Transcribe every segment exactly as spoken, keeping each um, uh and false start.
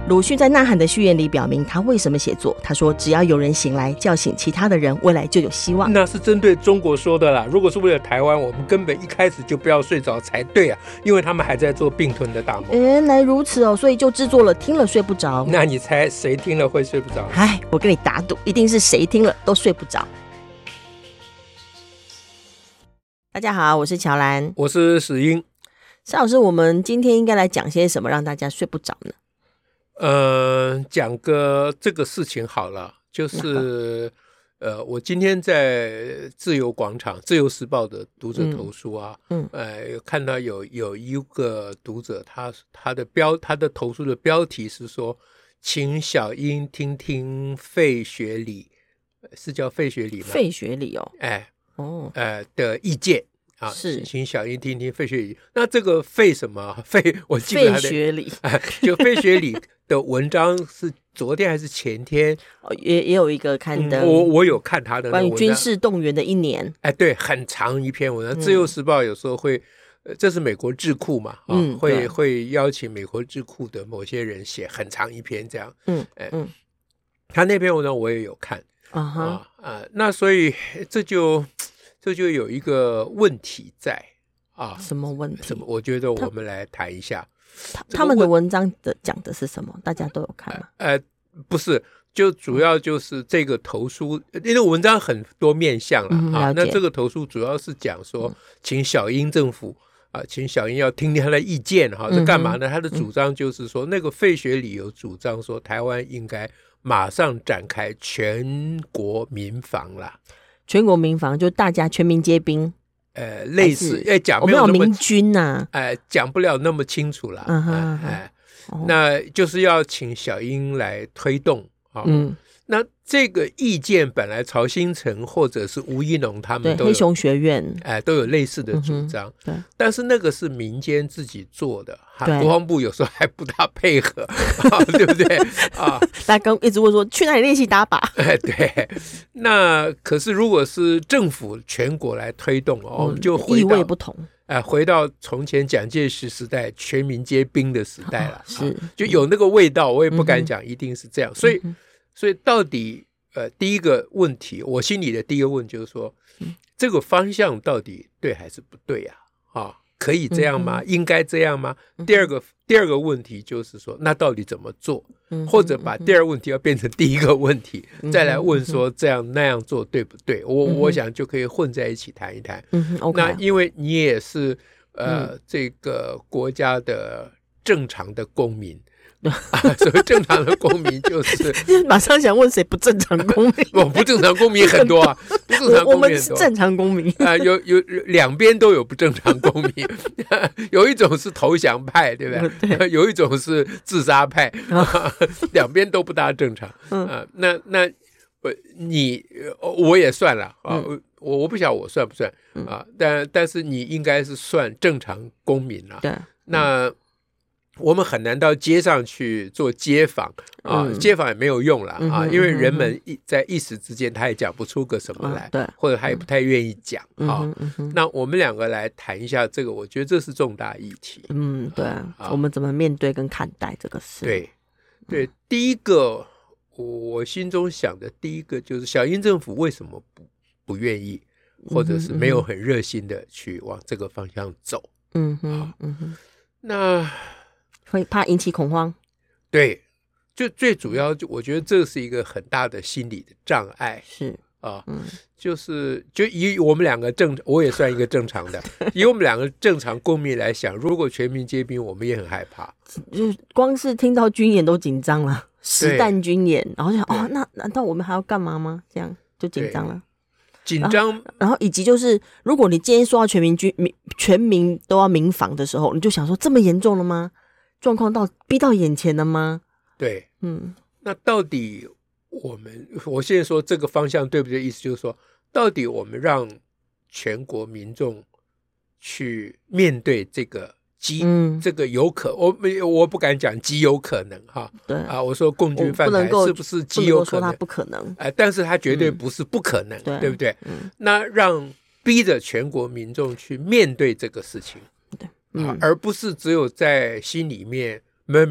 鲁迅在《呐喊》的序言里表明他为什么写作，他说只要有人醒来叫醒其他的人，未来就有希望。 那是针对中国说的啦，如果是为了台湾，我们根本一开始就不要睡着才对啊，因为他们还在做并吞的大梦。 原来如此哦，所以就制作了听了睡不着。 那你猜谁听了会睡不着？ 哎，我跟你打赌，一定是谁听了都睡不着。大家好，我是乔兰， 我是史英。 施老师，我们今天应该来讲些什么让大家睡不着呢？ 呃，讲个这个事情好了，就是呃，我今天在自由广场、自由时报的读者投书啊，嗯，呃，看到有有一个读者，他他的标他的投书的标题是说，请小英听听费雪里，是叫费雪里吗？ 费雪里哦， 哎， 哦， 呃的意见。啊， 是， 请小英听听费雪里。那这个费什么费？我记得费雪里， 就费雪里的文章是昨天还是前天？ 哦、也也有一个刊登、 嗯，我我有看他的关于军事动员的一年。 哎，对，很长一篇文章。自由时报有时候会，呃，这是美国智库嘛，啊，嗯、会会邀请美国智库的某些人写很长一篇这样。嗯，哎，嗯，他那篇文章我也有看。啊哈，啊，那所以这就。这就有一个问题在啊， 什么问题？ 什么？我觉得我们来谈一下。 他, 他们的文章的讲的是什么？大家都有看吗？ 呃，不是，就主要就是这个投书，因为文章很多面向了、嗯、啊。那这个投书主要是讲说，请小英政府啊，请小英要听听他的意见哈。这干嘛呢？他的主张就是说，那个费雪里有主张说，台湾应该马上展开全国民防啦。 全国民防就大家全民皆兵， 呃，类似，哎，讲没有民军呐， 哎，讲不了那么清楚了，嗯哼，哎，那就是要请小英来推动啊，嗯，那这个意见本来曹兴诚或者是吴怡农他们都有黑熊学院， 哎，都有类似的主张， 对， 但是那个是民间自己做的，国防部有时候还不大配合，对不对啊？ 大家刚一直问说去哪里练习打靶， 哎，对，那可是如果是政府全国来推动哦，嗯、就回到意味不同， 哎、呃，回到从前蒋介石时代全民皆兵的时代了，哦、 是、 啊、就有那个味道，我也不敢讲一定是这样，嗯、所以。所以到底呃，第一个问题，我心里的第一个问就是说，嗯、这个方向到底对还是不对啊？啊，可以这样吗？嗯、应该这样吗？嗯、第二个第二个问题就是说，那到底怎么做？嗯、或者把第二个问题要变成第一个问题，嗯、再来问说这样那样做对不对？我、嗯、我想就可以混在一起谈一谈。 嗯 okay、 那因为你也是呃、嗯、这个国家的正常的公民。啊，所谓正常的公民就是马上想问谁不正常公民？ 我不正常公民很多啊，不正常公民很多， 我们是正常公民啊，有有两边都有不正常公民，有一种是投降派，对不对？对，有一种是自杀派，啊、两边都不大正常。嗯、啊，那那你我也算了啊，嗯、我我不晓得我算不算啊，但但是你应该是算正常公民了。 对， 那。我们很难到街上去做街访啊，嗯、街访也没有用了啊，嗯、因为人们一在一时之间他也讲不出个什么来， 嗯、对， 或者他也不太愿意讲啊。 嗯嗯、 那我们两个来谈一下这个，我觉得这是重大议题。 嗯，对，啊、我们怎么面对跟看待这个事？ 对，对，第一个我心中想的第一个就是小英政府为什么不不愿意，或者是没有很热心的去往这个方向走？ 嗯哼，嗯哼， 那。 会怕引起恐慌， 对，就最主要，就我觉得这是一个很大的心理的障碍， 是啊，嗯、就是就以我们两个正，我也算一个正常的，以我们两个正常公民来想，如果全民皆兵，我们也很害怕， 就光是听到军演都紧张了，实弹军演，然后就想哦，那难道我们还要干嘛吗？这样就紧张了。 紧张， 然后, 然后以及就是，如果你今天说到全民军民全民都要民防的时候，你就想说，这么严重了吗？状况到逼到眼前了吗？ 对，嗯，那到底我们，我现在说这个方向对不对？意思就是说，到底我们让全国民众去面对这个极，嗯、这个有可，我我不敢讲极有可能哈，对啊，我说共军犯台是不是极有可能？ 不能说它不可能， 哎、呃，但是它绝对不是不可能，嗯、对不对？嗯、那让逼着全国民众去面对这个事情。 对。 啊，而不是只有在心里面 murmur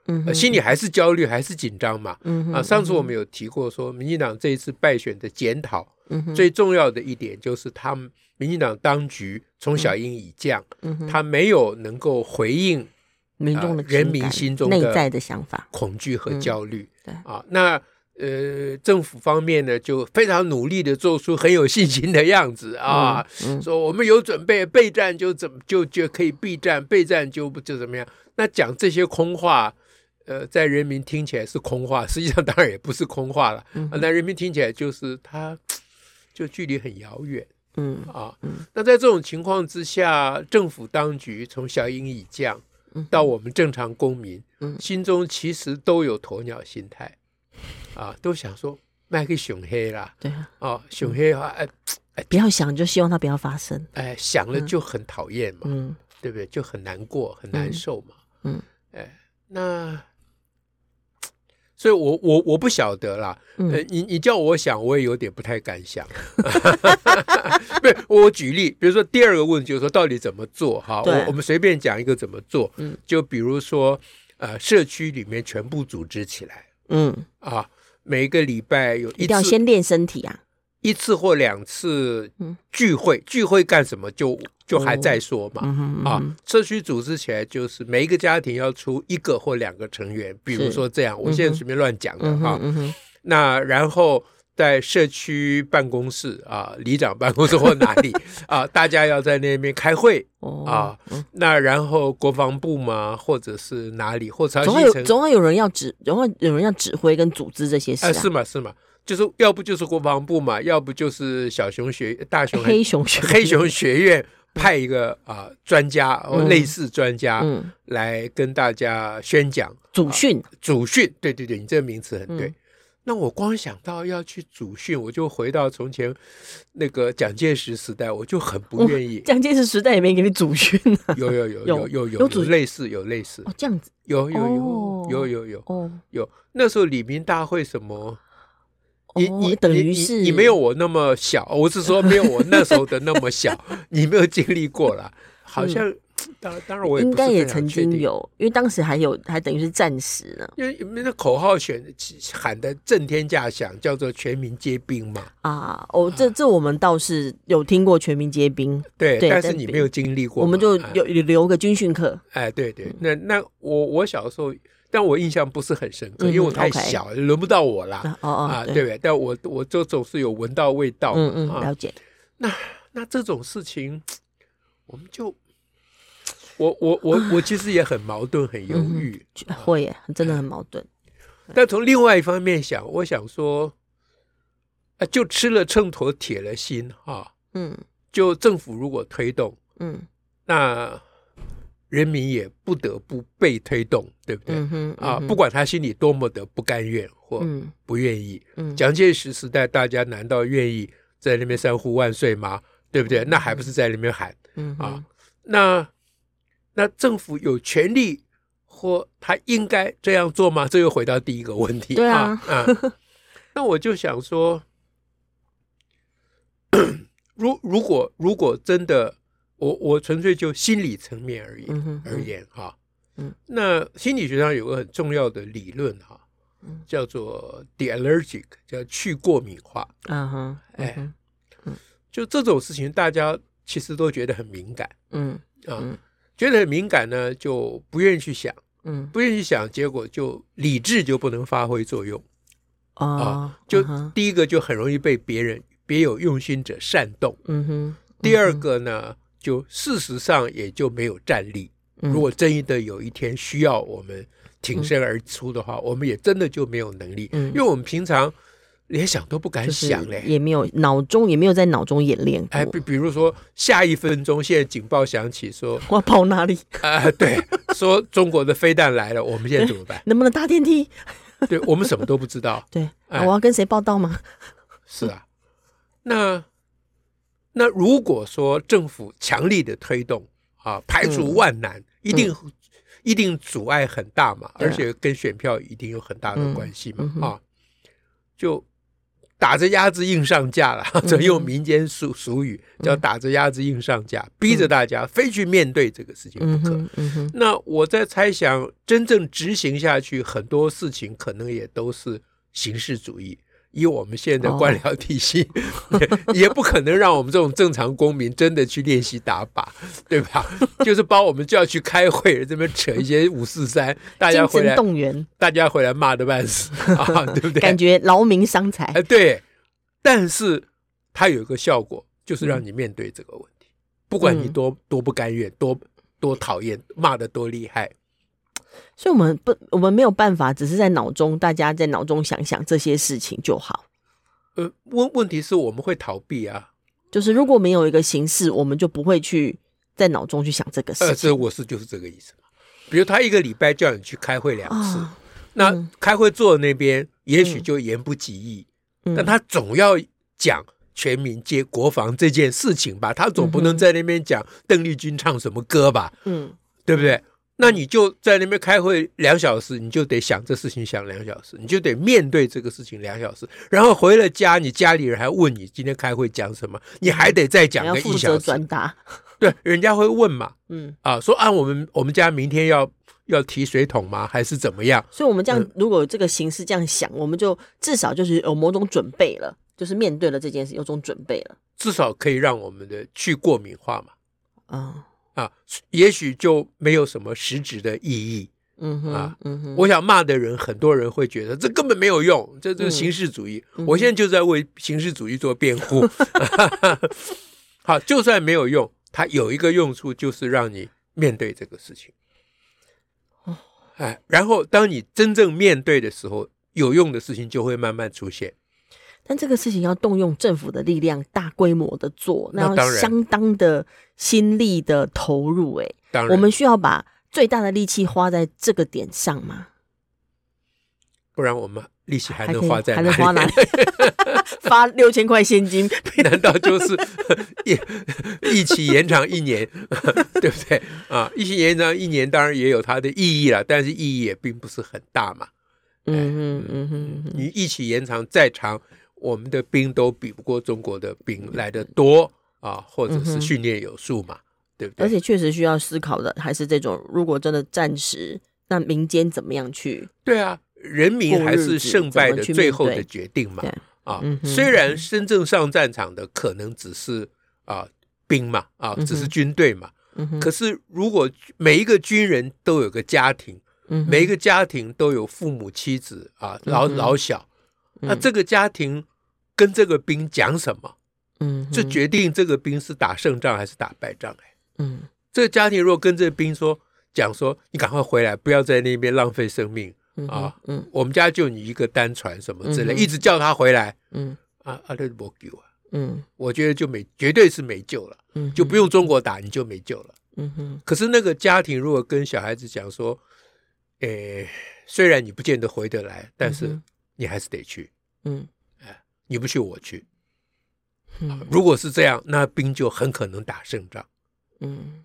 嗯呃，心里还是焦虑，还是紧张嘛。 嗯啊，上次我们有提过说，民进党这一次败选的检讨， 嗯最重要的一点就是他们民进党当局从小英以降， 嗯哼他没有能够回应民众的呃人民心中的内在的想法、 恐惧和焦虑。 嗯、对啊，那呃，政府方面呢，就非常努力的做出很有信心的样子啊， 嗯嗯、 说我们有准备，备战就怎么就就可以避战，备战就就怎么样。那讲这些空话，呃，在人民听起来是空话，实际上当然也不是空话了。嗯、啊，那人民听起来就是他就距离很遥远。 嗯啊， 嗯那在这种情况之下，政府当局从小英以降到我们正常公民， 嗯、 心中其实都有鸵鸟心态。啊，都想说卖给熊黑啦， 对啊， 哦，熊黑啊，哎、 哎，不要想，就希望它不要发生。 哎，想了就很讨厌嘛， 嗯， 对不对？就很难过，很难受嘛， 嗯， 哎，那，所以我我我不晓得啦，嗯、呃，你你叫我想，我也有点不太敢想。不是，我举例，比如说第二个问题就是说，到底怎么做？哈，我我们随便讲一个怎么做，嗯，就比如说，呃，社区里面全部组织起来。 嗯啊，每一个礼拜有一次， 一定要先练身体啊， 一次或两次聚会，嗯、聚会干什么就就还在说嘛。 嗯嗯、 啊，社区组织起来就是每一个家庭要出一个或两个成员，比如说这样，我现在随便乱讲的哈、 嗯嗯。 那然后在社区办公室啊，里长办公室或哪里啊，大家要在那边开会。哦、啊，嗯、那然后国防部嘛，或者是哪里，或者总要有总要有人要指，总要有人要指挥跟组织这些事、啊。 哎、是嘛是嘛，就是要不就是国防部嘛，要不就是小熊学大熊黑熊学黑熊学院派一个啊、呃、专家或、嗯、类似专家、嗯、来跟大家宣讲主训、 啊，主训，对对对，你这个名词很对。嗯，那我光想到要去主训，我就回到从前那个蒋介石时代，我就很不愿意。 蒋介石时代也没给你主训啊？ 有有有有有有有类似有类似哦，这样子有有有有有有哦有。那时候李明大会什么？你你等于是你, 你没有我那么小，我是说没有我那时候的那么小，你没有经历过啦，好像。嗯当然，当然我也不是应该也曾经有，因为当时还有还等于是战时呢。 因为那口号选喊的震天价响，叫做全民皆兵嘛。 啊，哦，这这我们倒是有听过全民皆兵， 对，对但是你没有经历过， 我们就有留个军训课。 哎，对对，那那我我小时候，但我印象不是很深刻，嗯、因为我太小， okay 轮不到我啦。 哦哦啊，对不对？但我我就总是有闻到味道。 嗯嗯，了解。 那那这种事情，我们就。我我我我其实也很矛盾，很犹豫， 嗯、会耶，真的很矛盾。 但从另外一方面想，我想说，啊，就吃了秤砣铁了心哈，嗯，就政府如果推动，嗯，那人民也不得不被推动，对不对？嗯哼嗯哼啊，不管他心里多么的不甘愿或不愿意，嗯，蒋介石时代大家难道愿意在那边三呼万岁吗？对不对？那还不是在那边喊，嗯啊，那。那政府有权利或他应该这样做吗？这又回到第一个问题。 对啊， 啊啊那我就想说，如如果如果真的，我我纯粹就心理层面而言、嗯、而言哈，嗯，那心理学上有个很重要的理论哈，嗯、叫做 de-allergic， 叫去过敏化。啊哈，哎，嗯，就这种事情，大家其实都觉得很敏感。嗯啊。嗯觉得很敏感呢，就不愿意去想，嗯，不愿意去想，结果就理智就不能发挥作用，哦、啊，就第一个就很容易被别人别有用心者煽动，嗯哼，嗯哼第二个呢，就事实上也就没有战力。嗯、如果真的有一天需要我们挺身而出的话，嗯、我们也真的就没有能力，嗯、因为我们平常。连想都不敢想嘞， 也没有脑中也没有在脑中演练过。 哎，比比如说下一分钟，现在警报响起说， 我要跑哪里？ 啊、呃，对，说中国的飞弹来了，我们现在怎么办？ 能不能搭电梯？ 对，我们什么都不知道。 对、哎，我要跟谁报道吗？ 是啊，那那如果说政府强力的推动啊，排除万难，嗯、一定、嗯、一定阻碍很大嘛，而且跟选票一定有很大的关系嘛，嗯、啊，就。 打着鸭子硬上架了，这用民间俗俗语叫打着鸭子硬上架，逼着大家非去面对这个事情不可。 嗯嗯嗯、 那我在猜想，真正执行下去，很多事情可能也都是形式主义。以我们现在的官僚体系、哦、也, 也不可能让我们这种正常公民真的去练习打靶，对吧？就是把我们叫去开会，这边扯一些五四三，大家回来动员， 大家回来骂得半死啊，对不对？ 感觉劳民伤财、 哎、对，但是它有一个效果，就是让你面对这个问题，嗯、不管你多多不甘愿，多多讨厌，骂得多厉害。 所以我们不，我们没有办法，只是在脑中，大家在脑中想想这些事情就好。 呃，问问题是我们会逃避啊， 就是如果没有一个形式，我们就不会去在脑中去想这个事情。 呃，这我是就是这个意思嘛。比如他一个礼拜叫你去开会两次，哦、那、嗯、开会坐那边也许就言不及义，嗯、但他总要讲全民皆国防这件事情吧，他总不能在那边讲邓丽君唱什么歌吧，嗯，对不对？那你就在那边开会两小时，你就得想这事情想两小时，你就得面对这个事情两小时，然后回了家，你家里人还问你今天开会讲什么，你还得再讲个一小时。 要负责转达， 对，人家会问嘛，嗯啊，说啊，我们我们家明天要要提水桶吗？还是怎么样？ 所以我们这样，嗯、如果有这个形式这样想，我们就至少就是有某种准备了，就是面对了这件事有种准备了， 至少可以让我们的去过敏化嘛， 啊。 啊，也许就没有什么实质的意义。 嗯哼， 啊， 嗯哼， 我想骂的人，很多人会觉得这根本没有用，这这是形式主义。嗯、我现在就在为形式主义做辩护。好，就算没有用，它有一个用处，就是让你面对这个事情。 哦， 哎，然后当你真正面对的时候，有用的事情就会慢慢出现。 但这个事情要动用政府的力量，大规模的做，那要相当的心力的投入、欸。 当然， 我们需要把最大的力气花在这个点上吗？ 不然我们力气还能花在哪里？ 还能花哪里？发六千块现金？ 难道就是一起延长一年，对不对啊？一起延长一年，当然也有它的意义了，但是意义也并不是很大嘛。 嗯哼嗯哼， 你一起延长再长，我们的兵都比不过中国的兵来得多啊，或者是训练有素嘛，嗯、对不对？ 而且确实需要思考的还是这种，如果真的战时，那民间怎么样去？ 对啊，人民还是胜败的最后的决定嘛。啊，嗯、虽然真正上战场的可能只是啊兵嘛，啊只是军队嘛， 嗯、 可是如果每一个军人都有个家庭。每一个家庭都有父母妻子啊，老老小， 嗯、 那这个家庭跟这个兵讲什么？ 嗯， 这决定这个兵是打胜仗还是打败仗。哎， 嗯， 这个家庭如果跟这个兵说讲说，你赶快回来，不要在那边浪费生命、 嗯、 啊！ 嗯， 我们家就你一个单传什么之类，嗯、一直叫他回来。 嗯啊啊，这没救啊！ 嗯， 我觉得就没绝对是没救了。 嗯， 就不用中国打，你就没救了。 嗯哼。 可是那个家庭如果跟小孩子讲说，诶，虽然你不见得回得来，但是你还是得去。 嗯， 哎，你不去我去。 嗯， 如果是这样，那兵就很可能打胜仗。 嗯，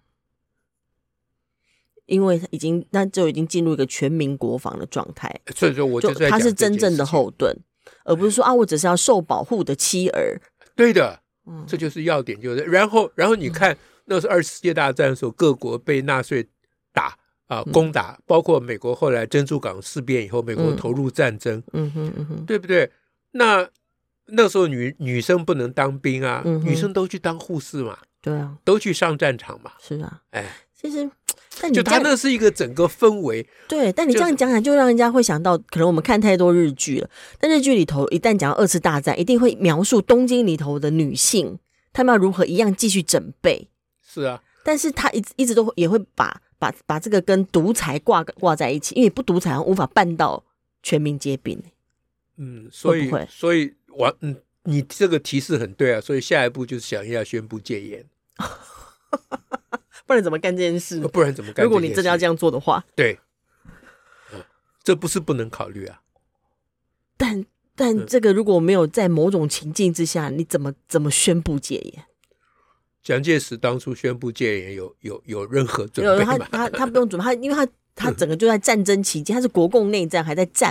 因为已经那就已经进入一个全民国防的状态。 所以说我就在讲他是真正的后盾，而不是说啊，我只是要受保护的妻儿。 对的， 嗯， 这就是要点，就是然后然后你看，嗯、那是二次世界大战的时候，各国被纳粹打。啊，攻打，包括美国后来珍珠港事变以后，美国投入战争， 嗯哼嗯哼， 对不对？那那时候女女生不能当兵啊， 嗯、 女生都去当护士嘛， 对啊， 都去上战场嘛， 是啊， 哎， 其实，但你就他那是一个整个氛围， 对，但你这样讲讲，就让人家会想到，可能我们看太多日剧了，但日剧里头一旦讲到二次大战，一定会描述东京里头的女性，她们要如何一样继续整备， 是啊， 但是他一一直都也会把。把把这个跟独裁挂挂在一起，因为不独裁无法办到全民皆兵。 嗯，所以会不会所以我嗯，你这个提示很对啊，所以下一步就是想要宣布戒严， 不然怎么干这件事？ 不然怎么干这件事？ 如果你真的要这样做的话， 对，嗯、这不是不能考虑啊。 但但这个如果没有在某种情境之下，你怎么怎么宣布戒严？ 蒋介石当初宣布戒严有有有任何准备吗？ 他他他不用准备，他因为他他整个就在战争期间，他是国共内战还在战嘛，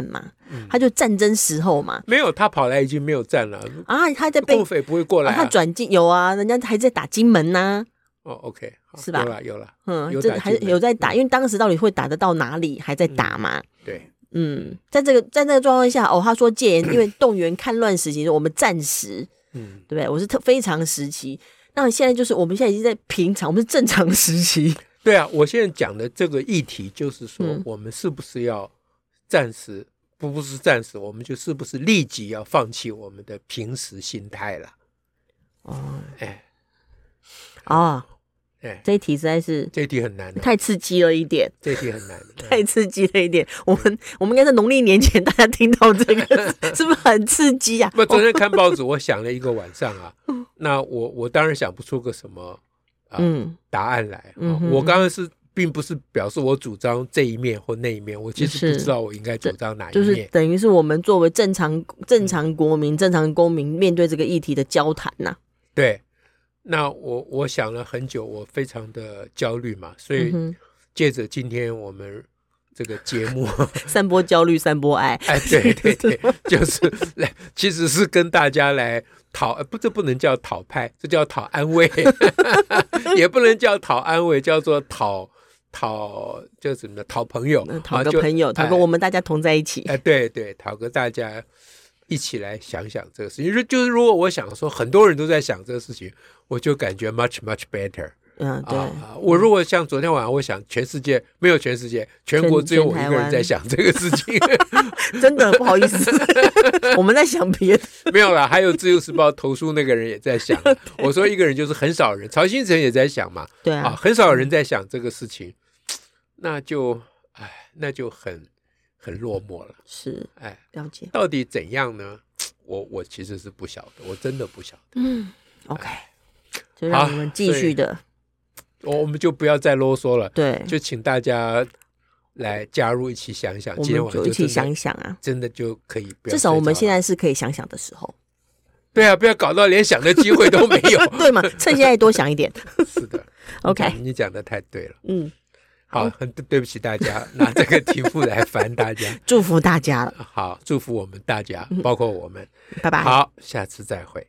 嗯他就战争时候嘛， 没有，他跑来已经没有战了啊，他在被共匪不会过来、啊啊他转进有啊，人家还在打金门呐、 哦 OK 好是吧有了有了， 嗯， 有这还打金门有在打， 嗯因为当时到底会打得到哪里，还在打嘛。 对， 嗯，在这个在这个状况下，哦，他说戒严，因为动员戡乱时期，我们战时， 嗯对不对？我是特非常时期，那现在就是我们现在已经在平常，我们是正常时期。 对啊，我现在讲的这个议题就是说， 嗯我们是不是要暂时不不是暂时，我们就是不是立即要放弃我们的平时心态了？ 哦哎哦， 哎， 这一题实在是这一题很难的， 太刺激了一点。 这一题很难的， 太刺激了一点，我们我们应该在农历年前大家听到这个，是不是很刺激啊？ 不，昨天看报纸，我想了一个晚上啊，那我我当然想不出个什么啊、 嗯答案来、 嗯哼哦我刚刚是并不是表示我主张这一面或那一面，我其实是不知道我应该主张哪一就是面。 等于是我们作为正常正常国民、正常公民面对这个议题的交谈呐、 对，那我我想了很久，我非常的焦虑嘛，所以嗯借着今天我们这个节目， 散播焦虑，散播爱。 哎，对对对，就是来，其实是跟大家来讨，呃不，这不能叫讨拍，这叫讨安慰，也不能叫讨安慰，叫做讨讨，叫什么呢？讨朋友， 嗯讨啊就个朋友，讨个哎我们大家同在一起。 哎，对对，讨个大家一起来想想这个事情。就是就是，如果我想说很多人都在想这个事情，我就感觉 much much better。 嗯，对， 啊，我如果像昨天晚上，我想全世界没有全世界，全国只有我一个人在想这个事情， 真的不好意思，我们在想别的。 没有啦，还有自由时报投书那个人也在想。我说一个人就是很少人，曹新成也在想嘛， 对啊， 啊，很少人在想这个事情，那就哎，那就很很落寞了。 是哎， 了解。 到底怎样呢？我我其实是不晓得，我真的不晓得。 嗯，OK，就让我们继续的， 我我们就不要再啰嗦了， 对， 就请大家来加入一起想想， 我今天晚上们就一起真的想一想啊。 真的就可以不要睡着了。 至少我们现在是可以想想的时候， 对啊，不要搞到连想的机会都没有。 对嘛？趁现在多想一点。 是的 OK 你讲的太对了。 嗯， 好，很对不起大家，拿这个题目来烦大家。 祝福大家了， 好，祝福我们大家，包括我们。 拜拜。 好，下次再会。